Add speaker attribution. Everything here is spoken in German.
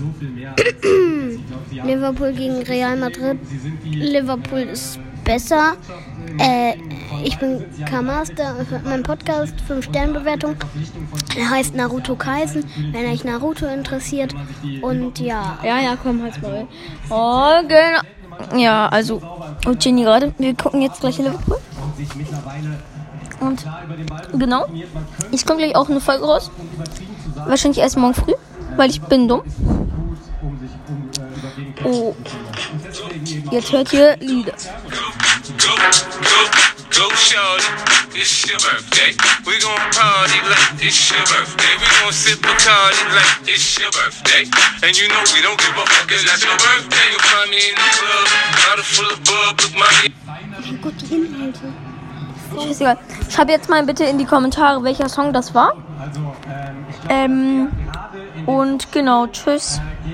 Speaker 1: Liverpool gegen Real Madrid. Liverpool ist besser. Ich bin K-Master und mein Podcast 5-Sterne-Bewertung. Der heißt Naruto Kaisen, wenn euch Naruto interessiert. Und ja.
Speaker 2: Ja, komm, halt's mal. Oh, genau. Ja, also, und Jenny gerade, wir gucken jetzt gleich Liverpool. Und genau, ich komme gleich auch eine Folge raus. Wahrscheinlich erst morgen früh, weil ich bin dumm. Oh, jetzt hört ihr Lieder. Go shorty, it's your birthday. We gon' party like it's your birthday. We gon' sip Bacardi like it's your birthday. And you know we don't give a fuck, it's not your birthday. You'll find me in the club, bottle full of bub, look mommy.
Speaker 1: Ja gut, die Inhalte.
Speaker 2: Scheißegal. Schreib jetzt mal bitte in die Kommentare, welcher Song das war. Und genau, tschüss.